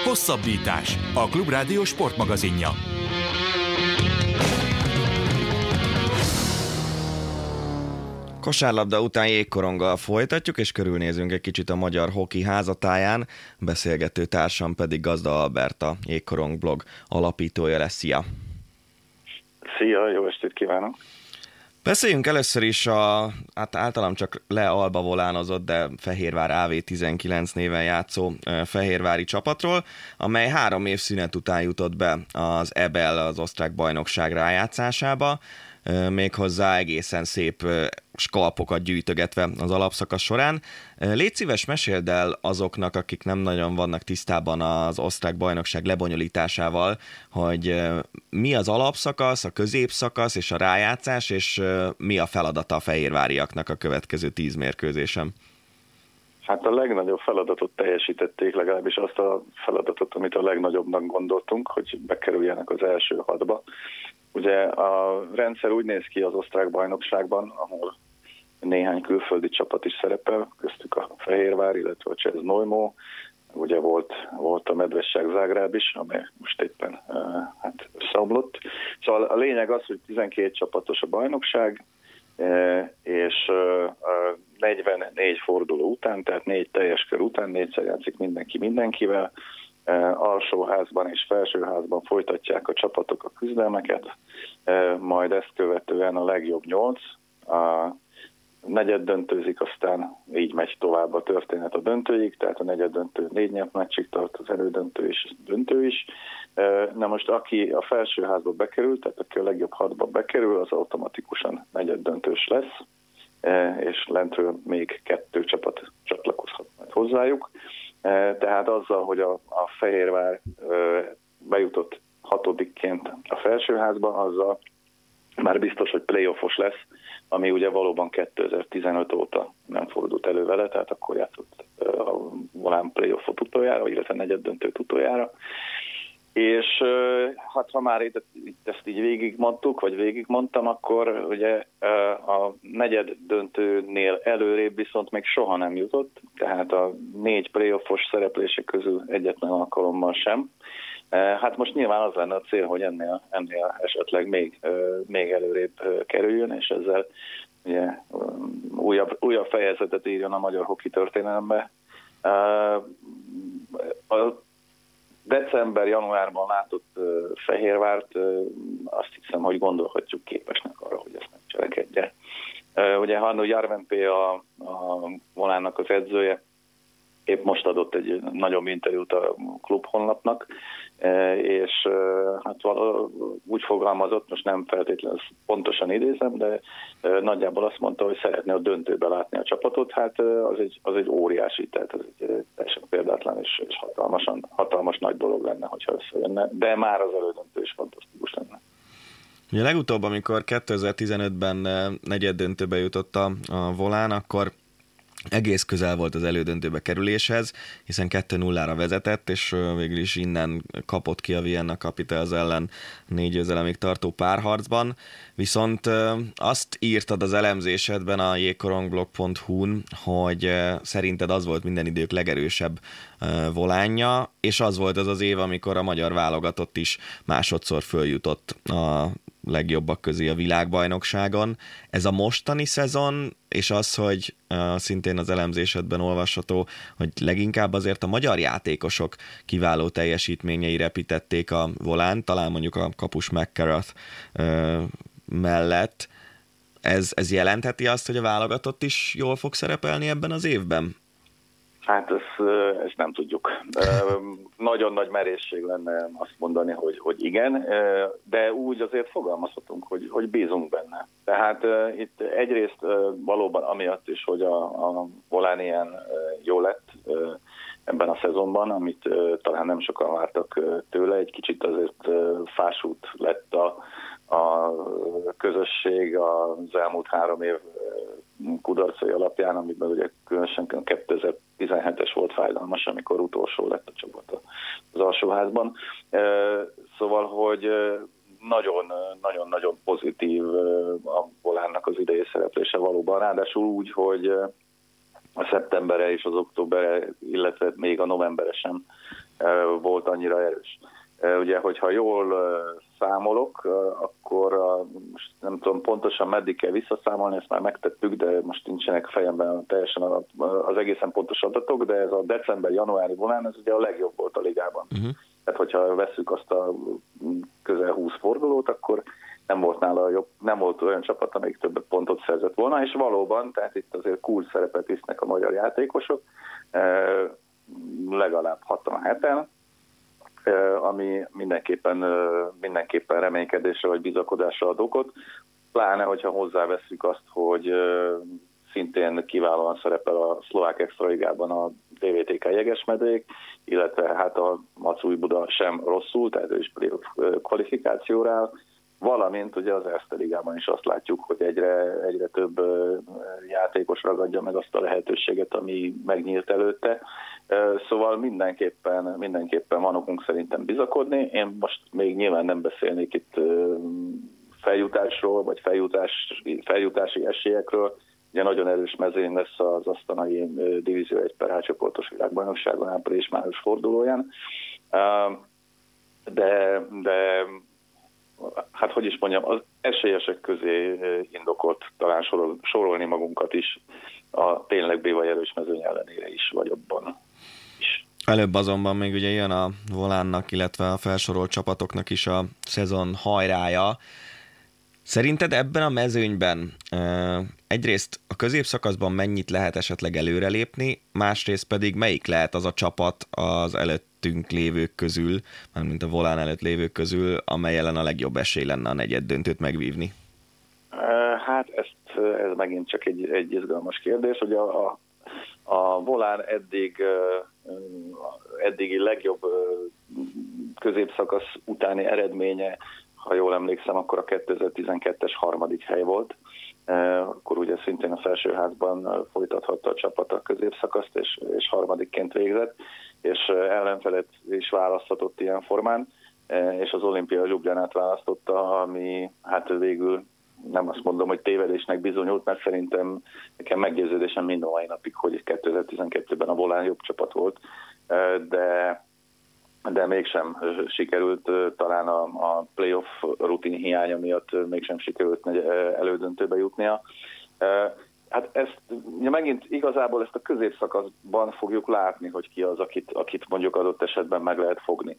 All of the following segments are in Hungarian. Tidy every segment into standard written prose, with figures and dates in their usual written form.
Hosszabbítás, a Klubrádió sportmagazinja. Kosárlabda után jégkoronggal folytatjuk, és körülnézünk egy kicsit a magyar hoki házatáján. Beszélgető társam pedig Gazda Albert, a Jégkorong blog alapítója lesz. Szia! Szia, jó estét kívánok! Beszéljünk először is általam csak lealba volánozott, de Fehérvár AV19 néven játszó fehérvári csapatról, amely 3 év szünet után jutott be az EBEL, az osztrák bajnokság rájátszásába, méghozzá egészen szép skalpokat gyűjtögetve az alapszakasz során. Légy szíves, meséld el azoknak, akik nem nagyon vannak tisztában az osztrák bajnokság lebonyolításával, hogy mi az alapszakasz, a középszakasz és a rájátszás, és mi a feladata a fehérváriaknak a következő 10 mérkőzésen. Hát a legnagyobb feladatot teljesítették, legalábbis azt a feladatot, amit a legnagyobbnak gondoltunk, hogy bekerüljenek az első 6-ba. Ugye a rendszer úgy néz ki az osztrák bajnokságban, ahol néhány külföldi csapat is szerepel, köztük a Fehérvár, illetve a Csesz Neumo, ugye volt a Medvesség Zágráb is, amely most éppen összeomlott. Szóval a lényeg az, hogy 12 csapatos a bajnokság, és 44 forduló után, tehát 4 teljes kör után, 4-szer játszik mindenki mindenkivel, alsóházban és felsőházban folytatják a csapatok a küzdelmeket, majd ezt követően a legjobb 8, a negyed döntőzik, aztán így megy tovább a történet a döntőig, tehát a negyed döntő 4 nyert meccsig tart, az elődöntő és a döntő is. Na most aki a felsőházba bekerül, tehát aki a legjobb 6-ba bekerül, az automatikusan negyed döntős lesz, és lentről még 2 csapat csatlakozhat majd hozzájuk. Tehát azzal, hogy a Fehérvár bejutott 6-ként a felsőházba, azzal már biztos, hogy playoffos lesz, ami ugye valóban 2015 óta nem fordult elő vele, tehát akkor játszott a volán playoffot utoljára, illetve negyeddöntőt utoljára. És hát ha már itt ezt így végigmondtam, akkor ugye a negyed döntőnél előrébb viszont még soha nem jutott, tehát a 4 playoffos szereplések közül egyetlen alkalommal sem. Hát most nyilván az lenne a cél, hogy ennél esetleg még előrébb kerüljön, és ezzel ugye, újabb fejezetet írjon a magyar hoki történelembe. A december-januárban látott Fehérvárt azt hiszem, hogy gondolhatjuk képesnek arra, hogy ezt megcselekedje. Ugye Hannu Järvenpää a volánnak az edzője, épp most adott egy nagyobb interjút a klub honlapnak, és hát úgy fogalmazott, most nem feltétlenül pontosan idézem, de nagyjából azt mondta, hogy szeretné a döntőbe látni a csapatot, hát az egy óriási, tehát ez egy teljesen példátlan és hatalmas nagy dolog lenne, hogyha összejönne, de már az elődöntő is fantasztikus lenne. Ugye legutóbb, amikor 2015-ben negyeddöntőbe jutott a volán, akkor egész közel volt az elődöntőbe kerüléshez, hiszen 2-0-ra vezetett, és végül is innen kapott ki a Vienna Capitals ellen 4 győzelemig tartó párharcban. Viszont azt írtad az elemzésedben a jégkorongblog.hu-n, hogy szerinted az volt minden idők legerősebb volánja, és az volt az az év, amikor a magyar válogatott is másodszor följutott a legjobbak közé a világbajnokságon. Ez a mostani szezon, és az, hogy szintén az elemzésedben olvasható, hogy leginkább azért a magyar játékosok kiváló teljesítményei repítették a volánt, talán mondjuk a kapus McCarrath mellett. Ez jelentheti azt, hogy a válogatott is jól fog szerepelni ebben az évben? Hát ezt nem tudjuk. Nagyon nagy merészség lenne azt mondani, hogy igen, de úgy azért fogalmazhatunk, hogy bízunk benne. Tehát itt egyrészt valóban amiatt is, hogy a volán ilyen jó lett ebben a szezonban, amit talán nem sokan vártak tőle, egy kicsit azért fásult lett a közösség az elmúlt 3 év kudarcai alapján, amiben ugye különösen 2017-es volt fájdalmas, amikor utolsó lett a csapat az alsóházban. Szóval, hogy nagyon-nagyon pozitív a volánnak az idei szereplése valóban. Ráadásul úgy, hogy a szeptembere és az októbere, illetve még a novembere sem volt annyira erős. Ugye, hogyha jól számolok, akkor most nem tudom pontosan meddig kell visszaszámolni, ezt már megtettük, de most nincsenek fejemben teljesen az egészen pontos adatok, de ez a december-januári volán, ez ugye a legjobb volt a ligában. Tehát, hogyha vesszük azt a közel 20 fordulót, akkor nem volt nála jobb, nem volt olyan csapat, amelyik több pontot szerzett volna, és valóban, tehát itt azért kulcs szerepet visznek a magyar játékosok, legalább 67-en, ami mindenképpen reménykedésre vagy bizakodásra ad okot, pláne, hogyha hozzáveszünk azt, hogy szintén kiválóan szerepel a szlovák extraligában a DVTK Jegesmedvék, illetve hát a Macújbuda sem rosszul, tehát ő is kvalifikációra áll, valamint ugye az Erste ligában is azt látjuk, hogy egyre több játékos ragadja meg azt a lehetőséget, ami megnyílt előtte. Szóval mindenképpen van okunk szerintem bizakodni. Én most még nyilván nem beszélnék itt feljutásról, vagy feljutási esélyekről. Ugye nagyon erős mezőny lesz az asztanai Divízió 1 per H csoportos világbajnokságon április-május fordulóján. De hát hogy is mondjam, az esélyesek közé indokolt talán sorolni magunkat is, a tényleg B vagy erős mezőny ellenére is, vagy abban is. Előbb azonban még ugye jön a Volánnak, illetve a felsorolt csapatoknak is a szezon hajrája. Szerinted ebben a mezőnyben egyrészt a középszakaszban mennyit lehet esetleg előrelépni, másrészt pedig melyik lehet az a csapat az előttünk lévők közül, mármint a Volán előtt lévők közül, amely ellen a legjobb esély lenne a negyeddöntőt megvívni? Hát ez megint csak egy izgalmas kérdés, hogy a Volán eddigi legjobb középszakasz utáni eredménye, ha jól emlékszem, akkor a 2012-es harmadik hely volt. Akkor ugye szintén a felsőházban folytathatta a csapat a középszakaszt, és harmadikként végzett, és ellenfelet is választhatott ilyen formán, és az Olimpia Ljubljanát választotta, ami hát végül nem azt mondom, hogy tévedésnek bizonyult, mert szerintem nekem meggyőződésem mind a mai napig, hogy 2012-ben a Volán jobb csapat volt, de mégsem sikerült, talán a playoff rutin hiánya miatt mégsem sikerült elődöntőbe jutnia. Hát ezt megint igazából ezt a középszakaszban fogjuk látni, hogy ki az, akit mondjuk adott esetben meg lehet fogni.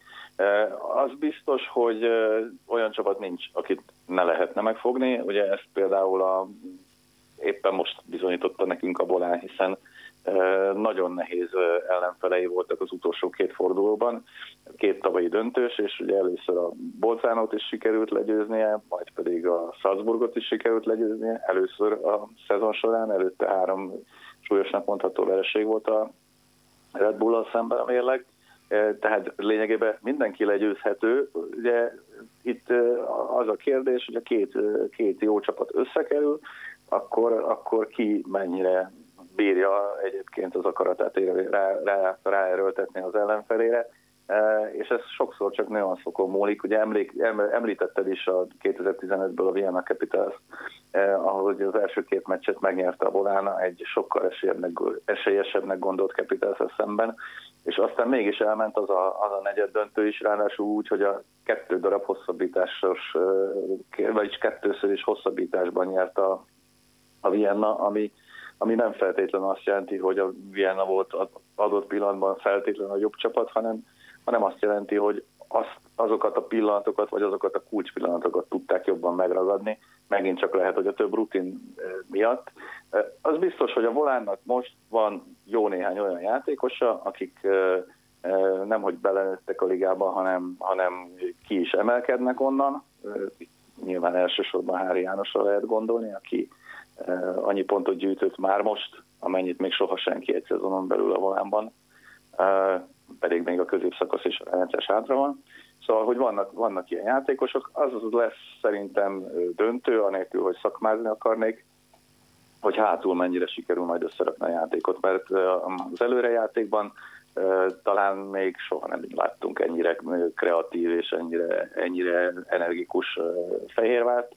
Az biztos, hogy olyan csapat nincs, akit ne lehetne megfogni. Ugye ezt például éppen most bizonyította nekünk a Volán, hiszen nagyon nehéz ellenfelei voltak az utolsó két fordulóban, két tavalyi döntős, és ugye először a Bolzánót is sikerült legyőznie, majd pedig a Salzburgot is sikerült legyőznie, először a szezon során, előtte 3 súlyosnak mondható vereség volt a Red Bull-al szemben a mérleg, tehát lényegében mindenki legyőzhető. Ugye itt az a kérdés, hogy a két jó csapat összekerül, akkor ki mennyire bírja egyébként az akaratát ráerőltetni az ellenfelére, és ez sokszor csak nüanszokon múlik. Ugye említetted is a 2015-ből a Vienna Capitals, ahogy az első két meccset megnyerte a Volán egy sokkal esélyesebbnek gondolt Capitals szemben, és aztán mégis elment az a negyeddöntő is, ráadásul úgy, hogy a 2 darab hosszabbításos, vagyis 2-ször is hosszabbításban nyert a Vienna, ami nem feltétlenül azt jelenti, hogy a Vienna volt adott pillanatban feltétlenül a jobb csapat, hanem azt jelenti, hogy azokat a pillanatokat, vagy azokat a kulcspillanatokat tudták jobban megragadni, megint csak lehet, hogy a több rutin miatt. Az biztos, hogy a Volánnak most van jó néhány olyan játékosa, akik nemhogy belenőttek a ligába, hanem ki is emelkednek onnan. Nyilván elsősorban Hári Jánosra lehet gondolni, aki annyi pontot gyűjtött már most, amennyit még soha senki egy szezonon belül a Volánban, pedig még a középszakasz is rendes hátra van. Szóval, hogy vannak ilyen játékosok, az lesz szerintem döntő, anélkül, hogy szakmázni akarnék, hogy hátul mennyire sikerül majd összerakni a játékot, mert az előrejátékban talán még soha nem láttunk ennyire kreatív és ennyire energikus Fehérvárt.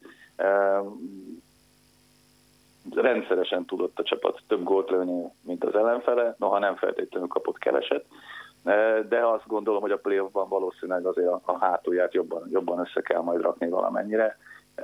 Rendszeresen tudott a csapat több gólt lőni, mint az ellenfele, noha nem feltétlenül kapott keveset. de azt gondolom, hogy a playoffban valószínűleg azért a hátulját jobban össze kell majd rakni valamennyire,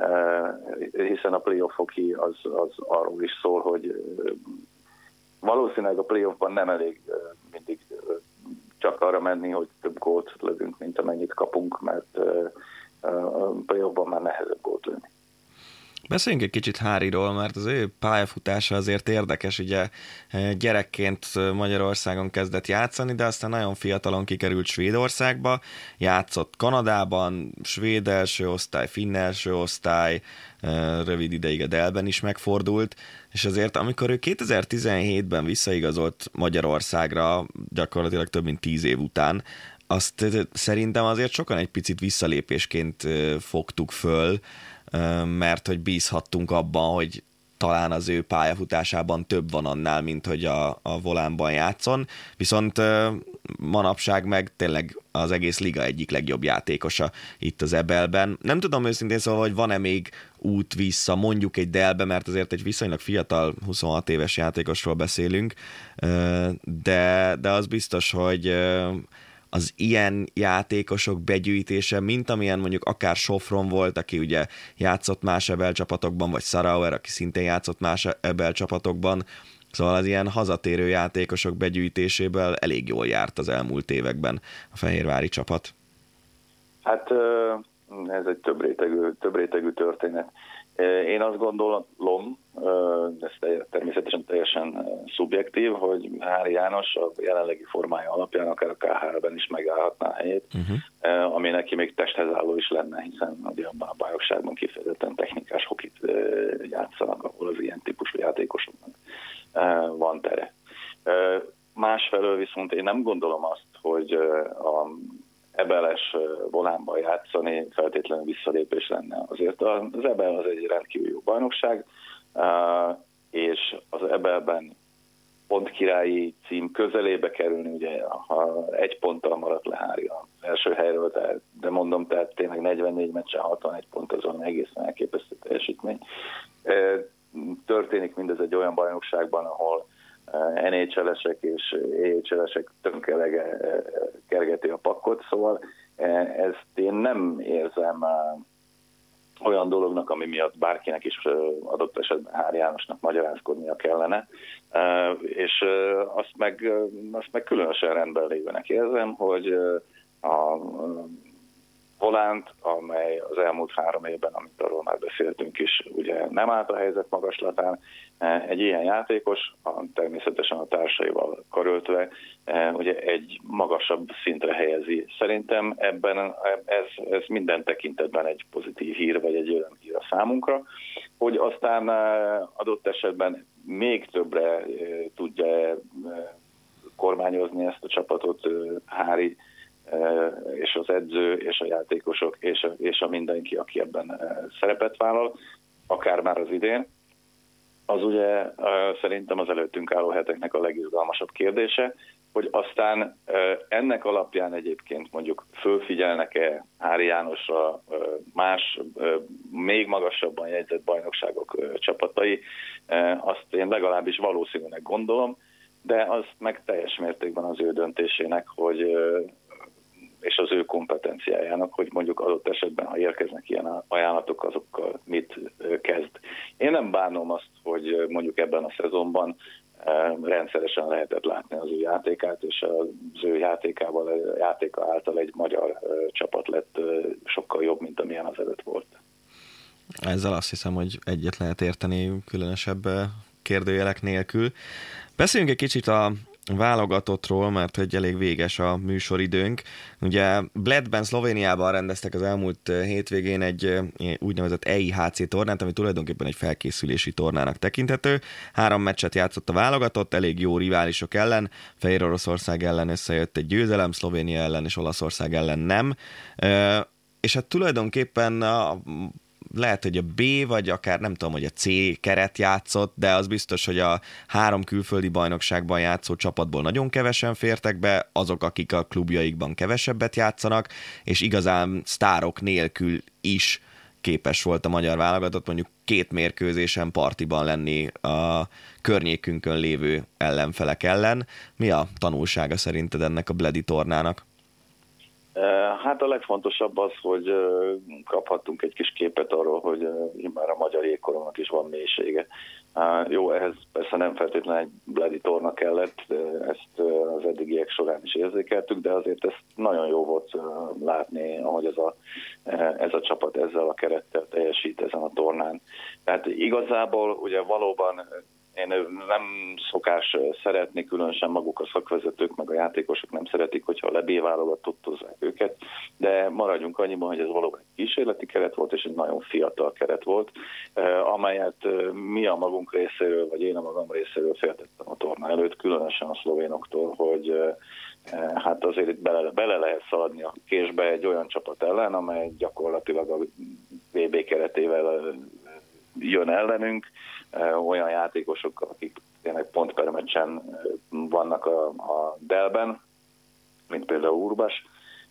hiszen a playoff hoki az arról is szól, hogy valószínűleg a playoffban nem elég mindig csak arra menni, hogy több gólt lövünk, mint amennyit kapunk, mert a playoffban már nehezebb gólt lőni. Beszéljünk egy kicsit Háriról, mert az ő pályafutása azért érdekes, ugye gyerekként Magyarországon kezdett játszani, de aztán nagyon fiatalon kikerült Svédországba, játszott Kanadában, svéd első osztály, finn első osztály, rövid ideig a Dellben is megfordult, és azért amikor ő 2017-ben visszaigazolt Magyarországra, gyakorlatilag több mint 10 év után, azt szerintem azért sokan egy picit visszalépésként fogtuk föl, mert hogy bízhattunk abban, hogy talán az ő pályafutásában több van annál, mint hogy a volánban játszon, viszont manapság meg tényleg az egész liga egyik legjobb játékosa itt az EBL-ben. Nem tudom őszintén szóval, hogy van-e még út vissza, mondjuk egy Dellbe, mert azért egy viszonylag fiatal, 26 éves játékosról beszélünk, de az biztos, hogy az ilyen játékosok begyűjtése, mint amilyen mondjuk akár Sofron volt, aki ugye játszott más EBL csapatokban, vagy Sarauer, aki szintén játszott más EBL csapatokban, szóval az ilyen hazatérő játékosok begyűjtéséből elég jól járt az elmúlt években a fehérvári csapat. Hát ez egy több rétegű történet. Én azt gondolom, ez természetesen teljesen szubjektív, hogy Hári János a jelenlegi formája alapján akár a KHL-ben is megállhatná a helyét, ami neki még testhez álló is lenne, hiszen abban a bajnokságban kifejezetten technikás hokit játszanak, ahol az ilyen típusú játékosoknak van tere. Másfelől viszont én nem gondolom azt, hogy a EBL-es volánban játszani feltétlenül visszalépés lenne. Azért az EBL az egy rendkívül jó bajnokság, és az EBL-ben pontkirályi cím közelébe kerülni, ugye ha egy ponttal maradt le Hári az első helyről, de mondom, tehát tényleg 44 meccsen 61 pont, az olyan egészen elképesztő teljesítmény. Történik mindez egy olyan bajnokságban, ahol NHL-esek és EHL-esek tönkelege kergeti a pakkot, szóval ezt én nem érzem olyan dolognak, ami miatt bárkinek is adott esetben Hári Jánosnak magyarázkodnia kellene, és azt meg különösen rendben lévőnek érzem, hogy a volánt, amely az elmúlt 3 évben, amit arról már beszéltünk is, ugye nem állt a helyzet magaslatán. Egy ilyen játékos, természetesen a társaival karöltve, ugye egy magasabb szintre helyezi. Szerintem ebben ez minden tekintetben egy pozitív hír, vagy egy öröm hír a számunkra, hogy aztán adott esetben még többre tudja kormányozni ezt a csapatot Hári, és az edző, és a játékosok, és a mindenki, aki ebben szerepet vállal, akár már az idén. Az ugye szerintem az előttünk álló heteknek a legizgalmasabb kérdése, hogy aztán ennek alapján egyébként mondjuk fölfigyelnek-e Hári Jánosra más, még magasabban jegyzett bajnokságok csapatai, azt én legalábbis valószínűleg gondolom, de az meg teljes mértékben az ő döntésének, hogy és az ő kompetenciájának, hogy mondjuk adott esetben, ha érkeznek ilyen ajánlatok, azokkal mit kezd. Én nem bánom azt, hogy mondjuk ebben a szezonban rendszeresen lehetett látni az ő játékát, és az ő játéka által egy magyar csapat lett sokkal jobb, mint amilyen az előtt volt. Ezzel azt hiszem, hogy egyet lehet érteni különösebb kérdőjelek nélkül. Beszéljünk egy kicsit a válogatottról, mert hogy elég véges a műsoridőnk. Ugye Bledben, Szlovéniában rendeztek az elmúlt hétvégén egy úgynevezett EIHC tornát, ami tulajdonképpen egy felkészülési tornának tekinthető. 3 meccset játszott a válogatott, elég jó riválisok ellen. Fehér Oroszország ellen összejött egy győzelem, Szlovénia ellen és Olaszország ellen nem. És hát tulajdonképpen lehet, hogy a B, vagy akár nem tudom, hogy a C keret játszott, de az biztos, hogy a 3 külföldi bajnokságban játszó csapatból nagyon kevesen fértek be, azok, akik a klubjaikban kevesebbet játszanak, és igazán sztárok nélkül is képes volt a magyar válogatott mondjuk 2 mérkőzésen partiban lenni a környékünkön lévő ellenfelek ellen. Mi a tanulsága szerinted ennek a Bledi tornának? Hát a legfontosabb az, hogy kaphattunk egy kis képet arról, hogy már a magyar jégkorongnak is van mélysége. Jó, ehhez persze nem feltétlenül egy Bledi torna kellett, ezt az eddigiek során is érzékeltük, de azért ez nagyon jó volt látni, ahogy ez a csapat ezzel a kerettel teljesít ezen a tornán. Tehát igazából ugye valóban én nem szokás szeretni, különösen maguk a szakvezetők, meg a játékosok nem szeretik, hogyha lebéválogatottozzák őket, de maradjunk annyiban, hogy ez valóban egy kísérleti keret volt, és egy nagyon fiatal keret volt, amelyet mi a magunk részéről, vagy én a magam részéről féltettem a torna előtt, különösen a szlovénoktól, hogy hát azért itt bele lehet szaladni a késbe egy olyan csapat ellen, amely gyakorlatilag a VB keretével jön ellenünk, olyan játékosokkal, akik tényleg pont per meccsen vannak a Dellben, mint például Urbas,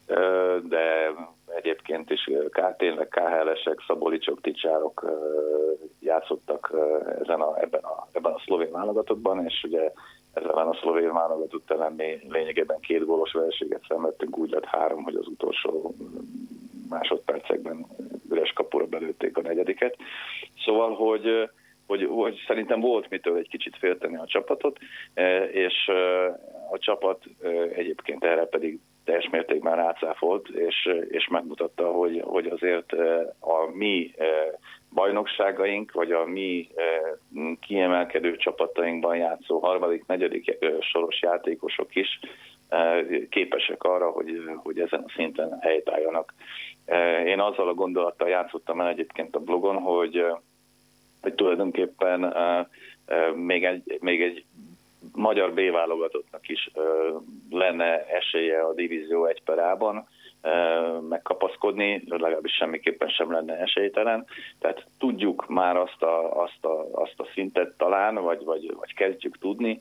de egyébként is tényleg KHL-esek, Szabolicsok, Ticsárok játszottak ebben a szlovén válogatottban, és ugye ezzel a szlovén válogatott ellen mi lényegében 2 gólos vereséget szenvedtünk, úgy lett 3, hogy az utolsó másodpercekben üres kapura belőtték a 4. Szóval, hogy szerintem volt mitől egy kicsit félteni a csapatot, és a csapat egyébként erre pedig teljes mértékben rácáfolt, és megmutatta, hogy azért a mi bajnokságaink, vagy a mi kiemelkedő csapatainkban játszó 3., 4. soros játékosok is képesek arra, hogy ezen a szinten helytálljanak. Én azzal a gondolattal játszottam el egyébként a blogon, hogy tulajdonképpen még egy magyar B-válogatottnak is lenne esélye a divízió 1/A-ban megkapaszkodni, legalábbis semmiképpen sem lenne esélytelen. Tehát tudjuk már azt a szintet talán, vagy kezdjük tudni,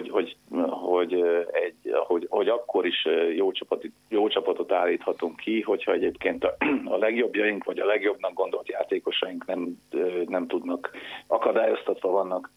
hogy akkor is jó csapatot állíthatunk ki, hogyha egyébként a legjobbjaink, vagy a legjobbnak gondolt játékosaink nem tudnak, akadályoztatva vannak.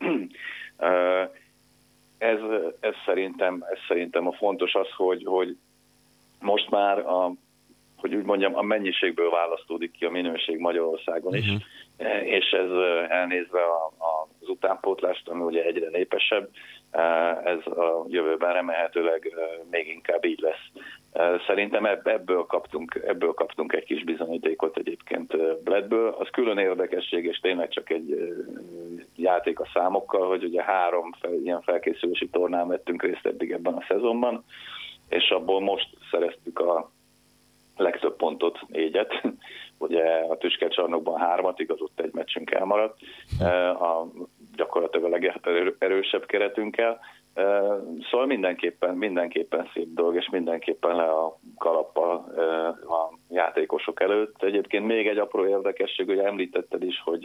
Ez szerintem a fontos az, hogy most már hogy úgy mondjam, a mennyiségből választódik ki a minőség Magyarországon is, és ez elnézve az utánpótlást, ami ugye egyre népesebb, ez a jövőben remélhetőleg még inkább így lesz. Szerintem ebből kaptunk egy kis bizonyítékot egyébként Bledből. Az külön érdekesség, és tényleg csak egy játék a számokkal, hogy ugye 3 ilyen felkészülési tornán vettünk részt eddig ebben a szezonban, és abból most szereztük a legtöbb pontot, 4-et. Ugye a Tüskecsarnokban 3, igaz, ott egy meccsünk elmaradt, gyakorlatilag a legerősebb keretünkkel. Szóval mindenképpen szép dolog, és mindenképpen le a kalappal a játékosok előtt. Egyébként még egy apró érdekesség, hogy említetted is, hogy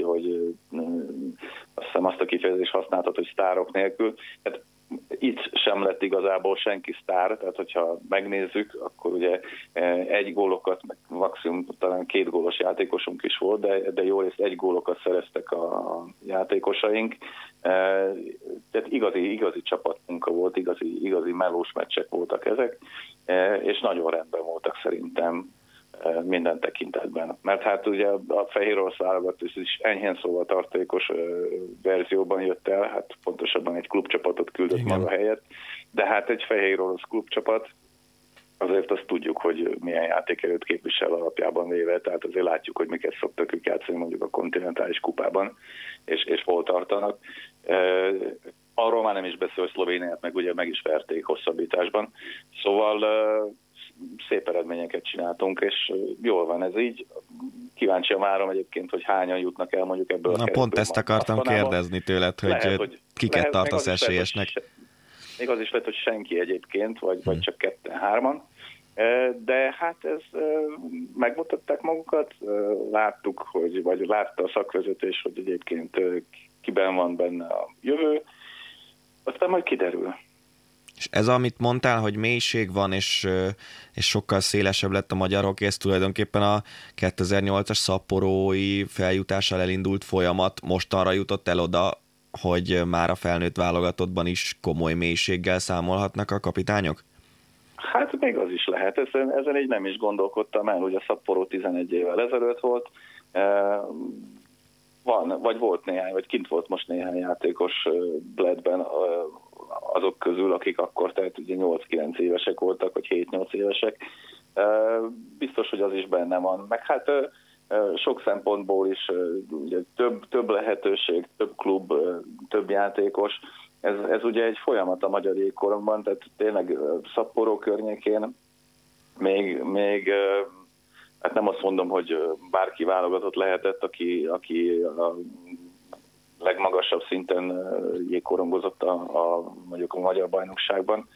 azt hiszem azt a kifejezést használtad, hogy sztárok nélkül. Hát itt sem lett igazából senki sztár, tehát hogyha megnézzük, akkor ugye 1 gólokat, meg maximum talán 2 gólos játékosunk is volt, de jó részt 1 gólokat szereztek a játékosaink. Tehát igazi csapatmunka volt, igazi melós meccsek voltak ezek, és nagyon rendben voltak szerintem minden tekintetben. Mert hát ugye a Fehér Orosz válogatott is enyhén szóval tartalékos verzióban jött el, hát pontosabban egy klubcsapatot küldött maga helyett, de hát egy Fehér Orosz klubcsapat, azért azt tudjuk, hogy milyen játékerőt képvisel alapjában véve, tehát azért látjuk, hogy miket szoktak ők játszani mondjuk a kontinentális kupában, és hol tartanak. Arról már nem is beszél, hogy Szlovéniát meg is verték hosszabbításban. Szóval szép eredményeket csináltunk, és jól van ez így. Kíváncsian várom egyébként, hogy hányan jutnak el mondjuk ebből a keretből. Pont ezt akartam kérdezni tőled, hogy kiket tartasz esélyesnek. Még az is lehet, hogy senki egyébként, vagy csak 2-3-an. De hát ez megmutatták magukat, láttuk, vagy látta a szakvezetés, hogy egyébként kiben van benne a jövő, aztán majd kiderül. És ez, amit mondtál, hogy mélység van, és sokkal szélesebb lett a magyar hoki, ez tulajdonképpen a 2008-as szapporói feljutással elindult folyamat mostanra jutott el oda, hogy már a felnőtt válogatottban is komoly mélységgel számolhatnak a kapitányok? Hát még az is lehet, ezen így nem is gondolkodtam el, hogy a Sapporo 11 évvel ezelőtt volt, vagy volt néhány, vagy kint volt most néhány játékos Bledben azok közül, akik akkor, tehát ugye 8-9 évesek voltak, vagy 7-8 évesek. Biztos, hogy az is benne van. Meg hát sok szempontból is ugye több lehetőség, több klub, több játékos. Ez ugye egy folyamat a magyar jégkorongban, tehát tényleg Sapporo környékén még hát nem azt mondom, hogy bárki válogatott lehetett, aki a legmagasabb szinten jégkorongozott mondjuk a magyar bajnokságban,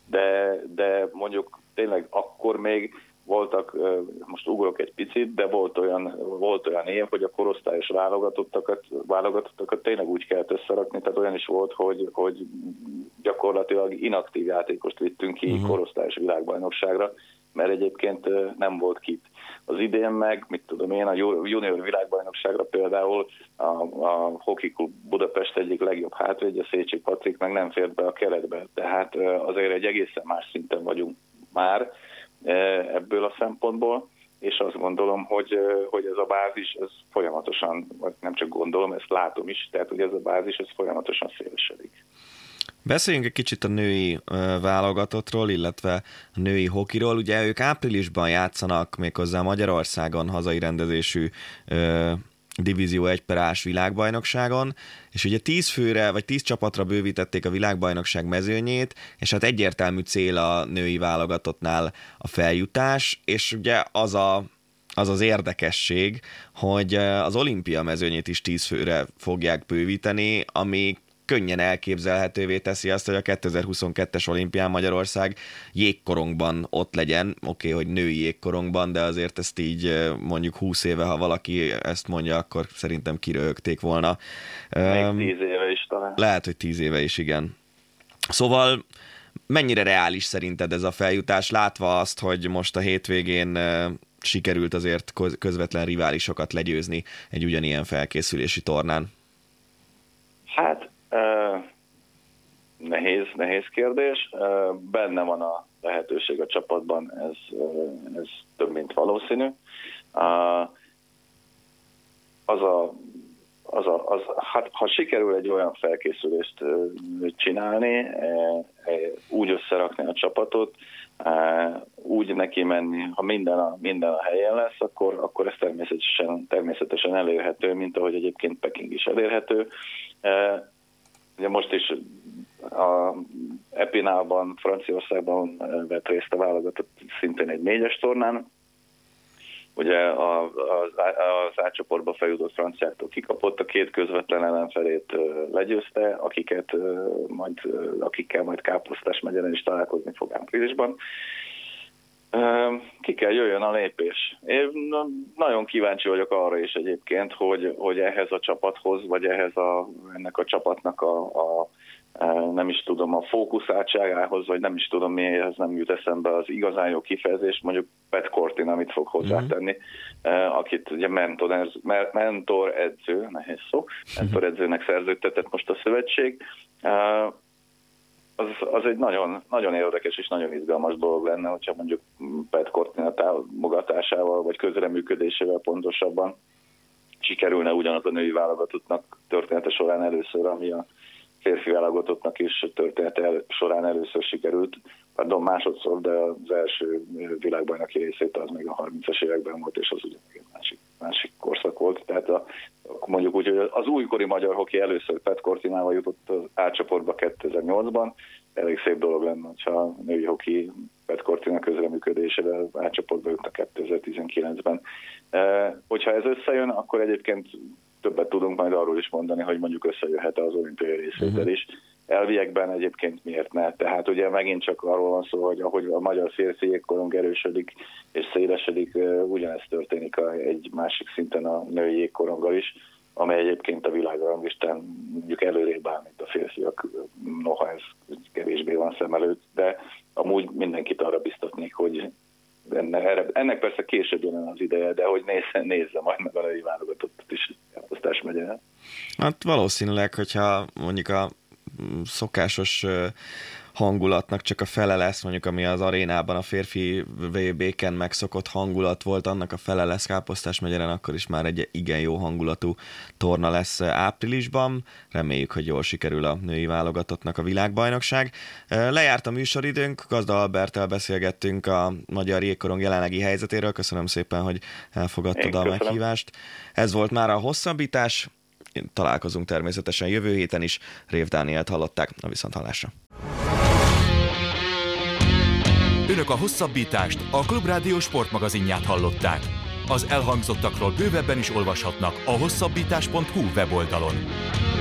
de mondjuk tényleg akkor még voltak, most ugrok egy picit, de volt olyan év, hogy a korosztályos válogatottakat tényleg úgy kellett összerakni, tehát olyan is volt, hogy gyakorlatilag inaktív játékost vittünk ki korosztályos világbajnokságra, mert egyébként nem volt kit. Az idén meg, mit tudom én, a junior világbajnokságra például a Hockey Club Budapest egyik legjobb hátvédje, Szécsi Patrik meg nem fért be a keretbe. Tehát azért egy egészen más szinten vagyunk már ebből a szempontból, és azt gondolom, hogy ez a bázis, ez folyamatosan, vagy nem csak gondolom, ezt látom is, tehát hogy ez a bázis, ez folyamatosan szélesedik. Beszéljünk egy kicsit a női válogatottról, illetve a női hokiról. Ugye ők áprilisban játszanak méghozzá Magyarországon hazai rendezésű Divízió 1/A világbajnokságon, és ugye 10 főre, vagy 10 csapatra bővítették a világbajnokság mezőnyét, és hát egyértelmű cél a női válogatottnál a feljutás, és ugye az érdekesség, hogy az olimpia mezőnyét is 10 főre fogják bővíteni, ami könnyen elképzelhetővé teszi azt, hogy a 2022-es olimpián Magyarország jégkorongban ott legyen. Oké, hogy női jégkorongban, de azért ezt így mondjuk 20 éve, ha valaki ezt mondja, akkor szerintem kiröhögték volna. Még 10 éve is talán. Lehet, hogy 10 éve is, igen. Szóval mennyire reális szerinted ez a feljutás, látva azt, hogy most a hétvégén sikerült azért közvetlen riválisokat legyőzni egy ugyanilyen felkészülési tornán? Hát nehéz kérdés. Benne van a lehetőség a csapatban, ez több, mint valószínű. Hát, ha sikerül egy olyan felkészülést csinálni, úgy összerakni a csapatot, úgy neki menni, ha minden a helyen lesz, akkor ez természetesen elérhető, mint ahogy egyébként Peking is elérhető. Ugye most is a Epinában, Franciaországban vett részt a válogatott szintén egy 4-es tornán. Ugye az átcsoportba feljutott franciáktól kikapott, a 2 közvetlen ellenfelét legyőzte, akikkel majd Káposztás megyeren is találkozni fog áprilisban. Ki kell jöjjön a lépés. Én nagyon kíváncsi vagyok arra is egyébként, hogy ehhez a csapathoz, vagy ennek a csapatnak nem is tudom, a fókuszáltságához, vagy nem is tudom mihez nem jut eszembe az igazán jó kifejezés, mondjuk Pat Cortin, amit fog hozzátenni, akit ugye mentor edző, nehéz szó, mentor edzőnek szerződtetett most a szövetség. Az egy nagyon, nagyon érdekes és nagyon izgalmas dolog lenne, hogyha mondjuk Pat Cortin támogatásával, vagy közreműködésével pontosabban sikerülne ugyanaz a női válogatottnak története során először, ami a férfi válogatottnak is története során először sikerült. Másodszor, de az első világbajnoki részét az még a 30-as években volt, és az ugye egy másik korszak volt. Tehát mondjuk úgy, hogy az újkori magyar hoki először Pat Cortinával jutott az átcsoportba 2008-ban. Elég szép dolog lenne, hogyha a női hoki Pat Cortina közreműködésével átcsoportba jutnak 2019-ben. Hogyha ez összejön, akkor egyébként többet tudunk majd arról is mondani, hogy mondjuk összejöhet az olimpiai részvétel is. Elviekben egyébként miért ne? Tehát ugye megint csak arról van szó, hogy ahogy a magyar férfi jégkorong erősödik és szélesedik, ugyanezt történik egy másik szinten a női jégkoronggal is. amely egyébként a világranglistán mondjuk előrébb áll, mint a férfiak, noha ez kevésbé van szem előtt, de amúgy mindenkit arra biztatnék, hogy ennek persze később jön az ideje, de hogy nézze majd meg a női válogatottat is Káposztás megyen. Hát valószínűleg, hogyha mondjuk a szokásos hangulatnak csak a fele lesz, mondjuk ami az arénában a férfi VB-ken megszokott hangulat volt, annak a fele lesz Káposztás megyeren, akkor is már egy igen jó hangulatú torna lesz áprilisban. Reméljük, hogy jól sikerül a női válogatottnak a világbajnokság. Lejárt a műsoridőnk, Gazda Alberttel beszélgettünk a magyar jégkorong jelenlegi helyzetéről. Köszönöm szépen, hogy elfogadtad a meghívást. Ez volt már a hosszabbítás. Találkozunk természetesen jövő héten is. Rév Dánielt hallották, a viszonthallásra. Önök a hosszabbítást, a Klubrádió sportmagazinját hallották. Az elhangzottakról bővebben is olvashatnak a hosszabbítás.hu weboldalon.